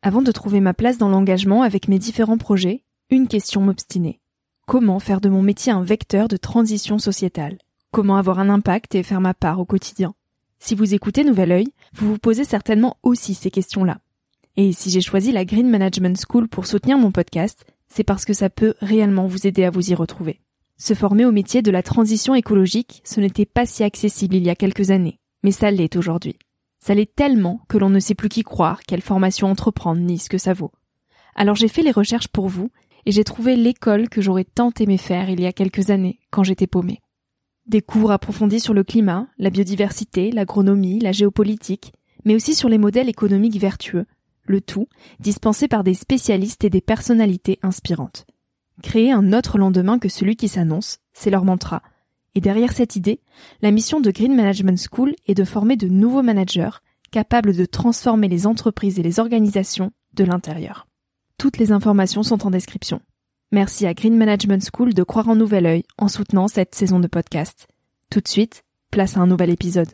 Avant de trouver ma place dans l'engagement avec mes différents projets, une question m'obstinait. Comment faire de mon métier un vecteur de transition sociétale ? Comment avoir un impact et faire ma part au quotidien ? Si vous écoutez Nouvel Œil, vous vous posez certainement aussi ces questions-là. Et si j'ai choisi la Green Management School pour soutenir mon podcast, c'est parce que ça peut réellement vous aider à vous y retrouver. Se former au métier de la transition écologique, ce n'était pas si accessible il y a quelques années, mais ça l'est aujourd'hui. Ça l'est tellement que l'on ne sait plus qui croire, quelle formation entreprendre, ni ce que ça vaut. Alors j'ai fait les recherches pour vous, et j'ai trouvé l'école que j'aurais tant aimé faire il y a quelques années, quand j'étais paumée. Des cours approfondis sur le climat, la biodiversité, l'agronomie, la géopolitique, mais aussi sur les modèles économiques vertueux, le tout dispensé par des spécialistes et des personnalités inspirantes. Créer un autre lendemain que celui qui s'annonce, c'est leur mantra. Et derrière cette idée, la mission de Green Management School est de former de nouveaux managers capables de transformer les entreprises et les organisations de l'intérieur. Toutes les informations sont en description. Merci à Green Management School de croire en Nouvel Œil en soutenant cette saison de podcast. Tout de suite, place à un nouvel épisode.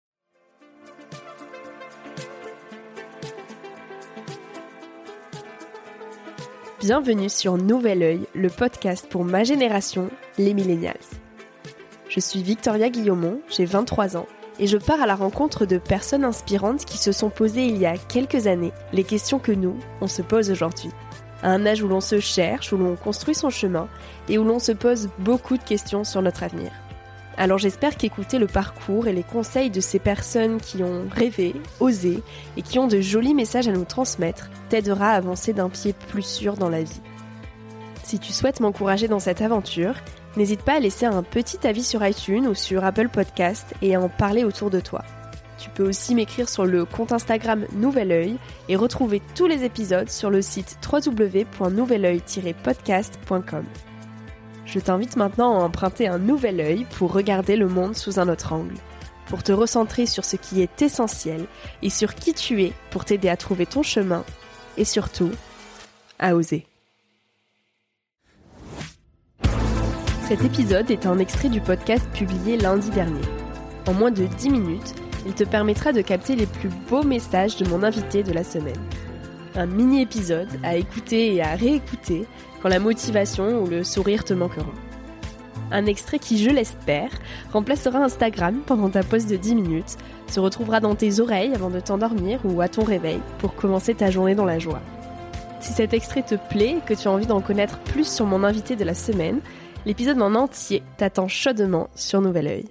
Bienvenue sur Nouvel Œil, le podcast pour ma génération, les millennials. Je suis Victoria Guillaumont, j'ai 23 ans et je pars à la rencontre de personnes inspirantes qui se sont posées il y a quelques années les questions que nous, on se pose aujourd'hui. À un âge où l'on se cherche, où l'on construit son chemin et où l'on se pose beaucoup de questions sur notre avenir. Alors j'espère qu'écouter le parcours et les conseils de ces personnes qui ont rêvé, osé et qui ont de jolis messages à nous transmettre t'aidera à avancer d'un pied plus sûr dans la vie. Si tu souhaites m'encourager dans cette aventure, n'hésite pas à laisser un petit avis sur iTunes ou sur Apple Podcast et à en parler autour de toi. Tu peux aussi m'écrire sur le compte Instagram Nouvel Œil et retrouver tous les épisodes sur le site www.nouveloeil-podcast.com. Je t'invite maintenant à emprunter un nouvel œil pour regarder le monde sous un autre angle, pour te recentrer sur ce qui est essentiel et sur qui tu es pour t'aider à trouver ton chemin et surtout, à oser. Cet épisode est un extrait du podcast publié lundi dernier. En moins de 10 minutes, il te permettra de capter les plus beaux messages de mon invité de la semaine. Un mini-épisode à écouter et à réécouter quand la motivation ou le sourire te manqueront. Un extrait qui, je l'espère, remplacera Instagram pendant ta pause de 10 minutes, se retrouvera dans tes oreilles avant de t'endormir ou à ton réveil pour commencer ta journée dans la joie. Si cet extrait te plaît et que tu as envie d'en connaître plus sur mon invité de la semaine, l'épisode en entier t'attend chaudement sur Nouvel Œil.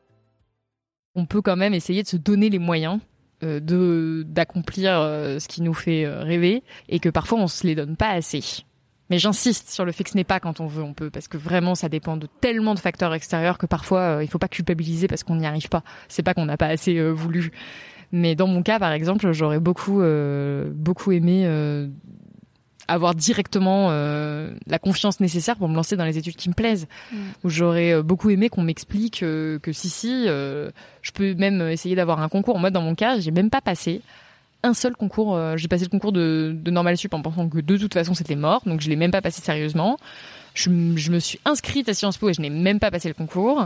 On peut quand même essayer de se donner les moyens d'accomplir ce qui nous fait rêver et que parfois on se les donne pas assez. Mais j'insiste sur le fait que ce n'est pas quand on veut, on peut, parce que vraiment ça dépend de tellement de facteurs extérieurs que parfois il faut pas culpabiliser parce qu'on n'y arrive pas. C'est pas qu'on n'a pas assez voulu. Mais dans mon cas, par exemple, j'aurais beaucoup aimé avoir directement la confiance nécessaire pour me lancer dans les études qui me plaisent. Où j'aurais beaucoup aimé qu'on m'explique que je peux même essayer d'avoir un concours. Moi, dans mon cas, j'ai même pas passé un seul concours. J'ai passé le concours de Normal Sup en pensant que de toute façon c'était mort, donc je l'ai même pas passé sérieusement. Je me suis inscrite à Sciences Po et je n'ai même pas passé le concours.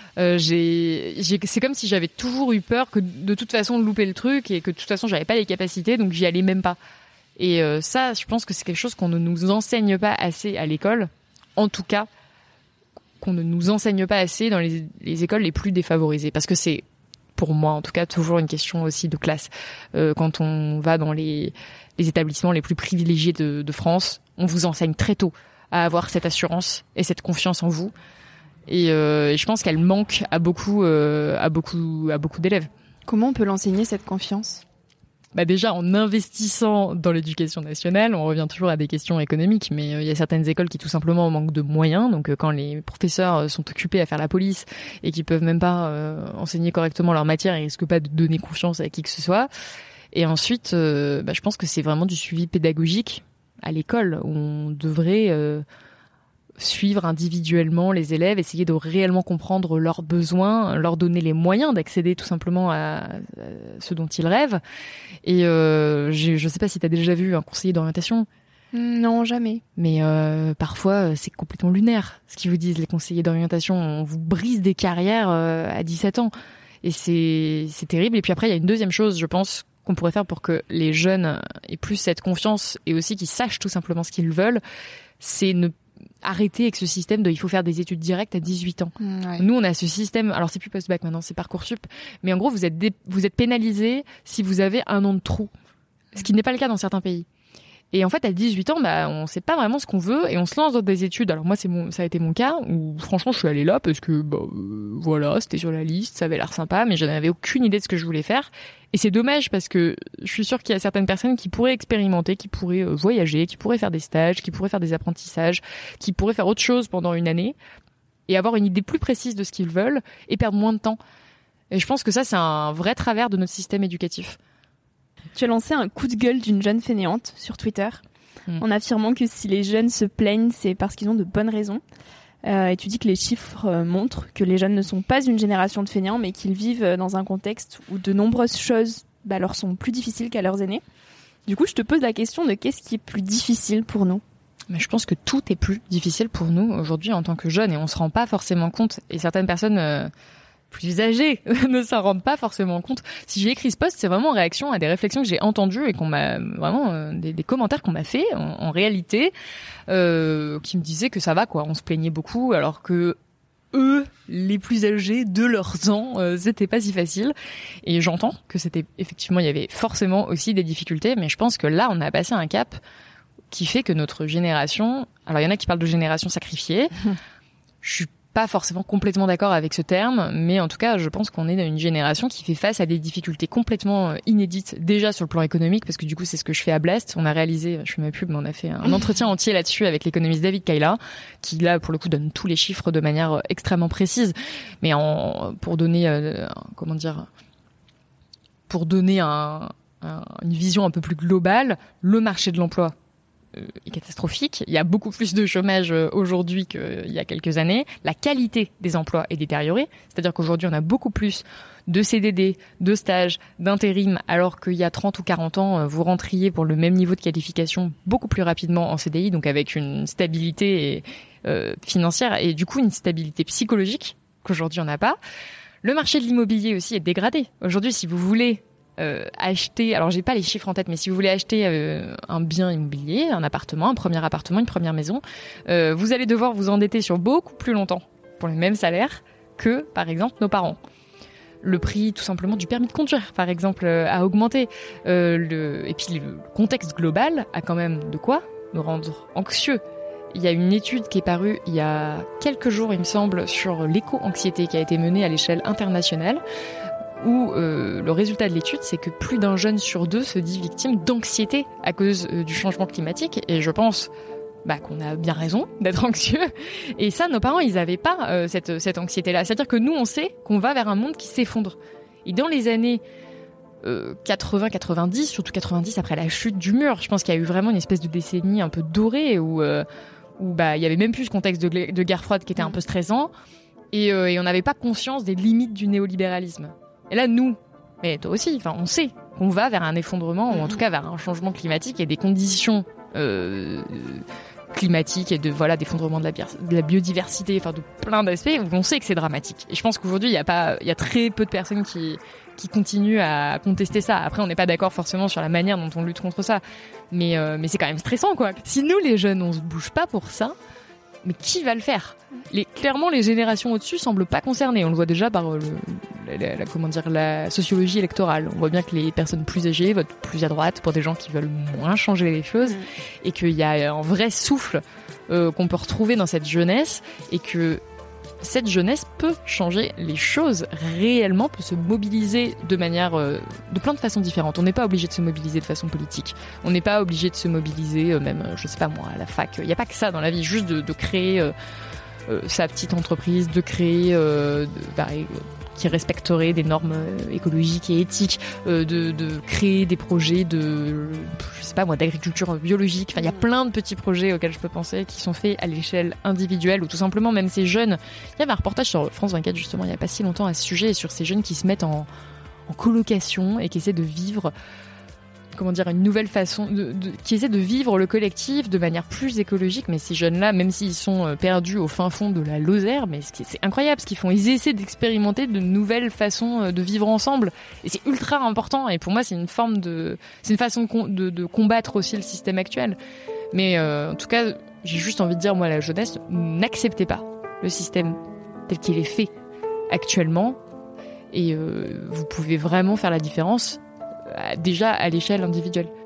C'est comme si j'avais toujours eu peur que de toute façon de louper le truc et que de toute façon j'avais pas les capacités, donc j'y allais même pas. Et ça, je pense que c'est quelque chose qu'on ne nous enseigne pas assez à l'école. En tout cas, qu'on ne nous enseigne pas assez dans les écoles les plus défavorisées. Parce que c'est, pour moi en tout cas, toujours une question aussi de classe. Quand on va dans les établissements les plus privilégiés de France, on vous enseigne très tôt à avoir cette assurance et cette confiance en vous. Et je pense qu'elle manque à beaucoup d'élèves. Comment on peut l'enseigner, cette confiance ? Déjà, en investissant dans l'éducation nationale, on revient toujours à des questions économiques, mais il y a certaines écoles qui tout simplement manquent de moyens. Donc, quand les professeurs sont occupés à faire la police et qui peuvent même pas enseigner correctement leur matière, ils risquent pas de donner confiance à qui que ce soit. Et ensuite, je pense que c'est vraiment du suivi pédagogique à l'école où on devrait suivre individuellement les élèves, essayer de réellement comprendre leurs besoins, leur donner les moyens d'accéder tout simplement à ce dont ils rêvent. Et je sais pas si tu as déjà vu un conseiller d'orientation. Non, jamais. Mais parfois, c'est complètement lunaire ce qu'ils vous disent, les conseillers d'orientation. On vous brise des carrières à 17 ans. Et c'est terrible. Et puis après, il y a une deuxième chose, je pense, qu'on pourrait faire pour que les jeunes aient plus cette confiance et aussi qu'ils sachent tout simplement ce qu'ils veulent, c'est arrêter avec ce système de il faut faire des études directes à 18 ans. Ouais. Nous, on a ce système, alors c'est plus post-bac maintenant, c'est Parcoursup, mais en gros, vous êtes pénalisé si vous avez 1 an de trou, ce qui n'est pas le cas dans certains pays. Et en fait, à 18 ans, on sait pas vraiment ce qu'on veut et on se lance dans des études. Alors moi, ça a été mon cas où franchement, je suis allée là parce que voilà, c'était sur la liste, ça avait l'air sympa, mais je n'avais aucune idée de ce que je voulais faire. Et c'est dommage parce que je suis sûre qu'il y a certaines personnes qui pourraient expérimenter, qui pourraient voyager, qui pourraient faire des stages, qui pourraient faire des apprentissages, qui pourraient faire autre chose pendant une année et avoir une idée plus précise de ce qu'ils veulent et perdre moins de temps. Et je pense que ça, c'est un vrai travers de notre système éducatif. Tu as lancé un coup de gueule d'une jeune fainéante sur Twitter en affirmant que si les jeunes se plaignent, c'est parce qu'ils ont de bonnes raisons. Et tu dis que les chiffres montrent que les jeunes ne sont pas une génération de fainéants, mais qu'ils vivent dans un contexte où de nombreuses choses leur sont plus difficiles qu'à leurs aînés. Du coup, je te pose la question de qu'est-ce qui est plus difficile pour nous ? Mais je pense que tout est plus difficile pour nous aujourd'hui en tant que jeunes et on se rend pas forcément compte. Et certaines personnes plus âgés ne s'en rendent pas forcément compte. Si j'ai écrit ce post, c'est vraiment en réaction à des réflexions que j'ai entendues et qu'on m'a vraiment des commentaires qu'on m'a fait en réalité qui me disaient que ça va quoi. On se plaignait beaucoup alors que eux, les plus âgés de leurs ans, c'était pas si facile. Et j'entends que c'était effectivement il y avait forcément aussi des difficultés, mais je pense que là on a passé un cap qui fait que notre génération. Alors il y en a qui parlent de génération sacrifiée. Je suis pas forcément complètement d'accord avec ce terme, mais en tout cas, je pense qu'on est dans une génération qui fait face à des difficultés complètement inédites, déjà sur le plan économique, parce que du coup, c'est ce que je fais à Blest. On a réalisé, je fais ma pub, mais on a fait un entretien entier là-dessus avec l'économiste David Kaila, qui là, pour le coup, donne tous les chiffres de manière extrêmement précise. Mais pour donner, une vision un peu plus globale, le marché de l'emploi est catastrophique. Il y a beaucoup plus de chômage aujourd'hui qu'il y a quelques années. La qualité des emplois est détériorée. C'est-à-dire qu'aujourd'hui, on a beaucoup plus de CDD, de stages, d'intérim, alors qu'il y a 30 ou 40 ans, vous rentriez pour le même niveau de qualification beaucoup plus rapidement en CDI, donc avec une stabilité financière et du coup une stabilité psychologique qu'aujourd'hui on n'a pas. Le marché de l'immobilier aussi est dégradé. Aujourd'hui, si vous voulez acheter, alors j'ai pas les chiffres en tête, mais si vous voulez acheter un bien immobilier, un appartement, un premier appartement, une première maison, vous allez devoir vous endetter sur beaucoup plus longtemps pour le même salaire que, par exemple, nos parents. Le prix, tout simplement, du permis de conduire, par exemple, a augmenté. Et puis le contexte global a quand même de quoi nous rendre anxieux. Il y a une étude qui est parue il y a quelques jours, il me semble, sur l'éco-anxiété qui a été menée à l'échelle internationale, où le résultat de l'étude, c'est que plus d'un jeune sur 2 se dit victime d'anxiété à cause du changement climatique. Et je pense qu'on a bien raison d'être anxieux. Et ça, nos parents, ils avaient pas cette anxiété-là. C'est-à-dire que nous, on sait qu'on va vers un monde qui s'effondre. Et dans les années 80-90, surtout 90, après la chute du mur, je pense qu'il y a eu vraiment une espèce de décennie un peu dorée où il y avait même plus ce contexte de guerre froide qui était un peu stressant. Et on n'avait pas conscience des limites du néolibéralisme. Et là, nous, mais toi aussi, on sait qu'on va vers un effondrement, ou en tout cas vers un changement climatique et des conditions climatiques et d'effondrement de la biodiversité, de plein d'aspects où on sait que c'est dramatique. Et je pense qu'aujourd'hui, il y a très peu de personnes qui continuent à contester ça. Après, on n'est pas d'accord forcément sur la manière dont on lutte contre ça, mais c'est quand même stressant, quoi. Si nous, les jeunes, on se bouge pas pour ça, mais qui va le faire ? Clairement, les générations au-dessus semblent pas concernées. On le voit déjà par la sociologie électorale. On voit bien que les personnes plus âgées votent plus à droite pour des gens qui veulent moins changer les choses et qu'il y a un vrai souffle qu'on peut retrouver dans cette jeunesse et que cette jeunesse peut changer les choses réellement, peut se mobiliser de de plein de façons différentes. On n'est pas obligé de se mobiliser de façon politique. On n'est pas obligé de se mobiliser même, je sais pas moi, à la fac. Il n'y a pas que ça dans la vie, juste de créer sa petite entreprise, de créer qui respecterait des normes écologiques et éthiques, de créer des projets d'agriculture biologique. Il y a plein de petits projets auxquels je peux penser qui sont faits à l'échelle individuelle ou tout simplement même ces jeunes. Il y avait un reportage sur France 24 justement il n'y a pas si longtemps à ce sujet sur ces jeunes qui se mettent en colocation et qui essaient de vivre une nouvelle façon qui essaie de vivre le collectif de manière plus écologique. Mais ces jeunes-là, même s'ils sont perdus au fin fond de la Lozère, mais c'est incroyable ce qu'ils font. Ils essaient d'expérimenter de nouvelles façons de vivre ensemble, et c'est ultra important. Et pour moi, c'est une façon de combattre aussi le système actuel. Mais en tout cas, j'ai juste envie de dire, moi, la jeunesse, n'acceptez pas le système tel qu'il est fait actuellement, et vous pouvez vraiment faire la différence déjà à l'échelle individuelle.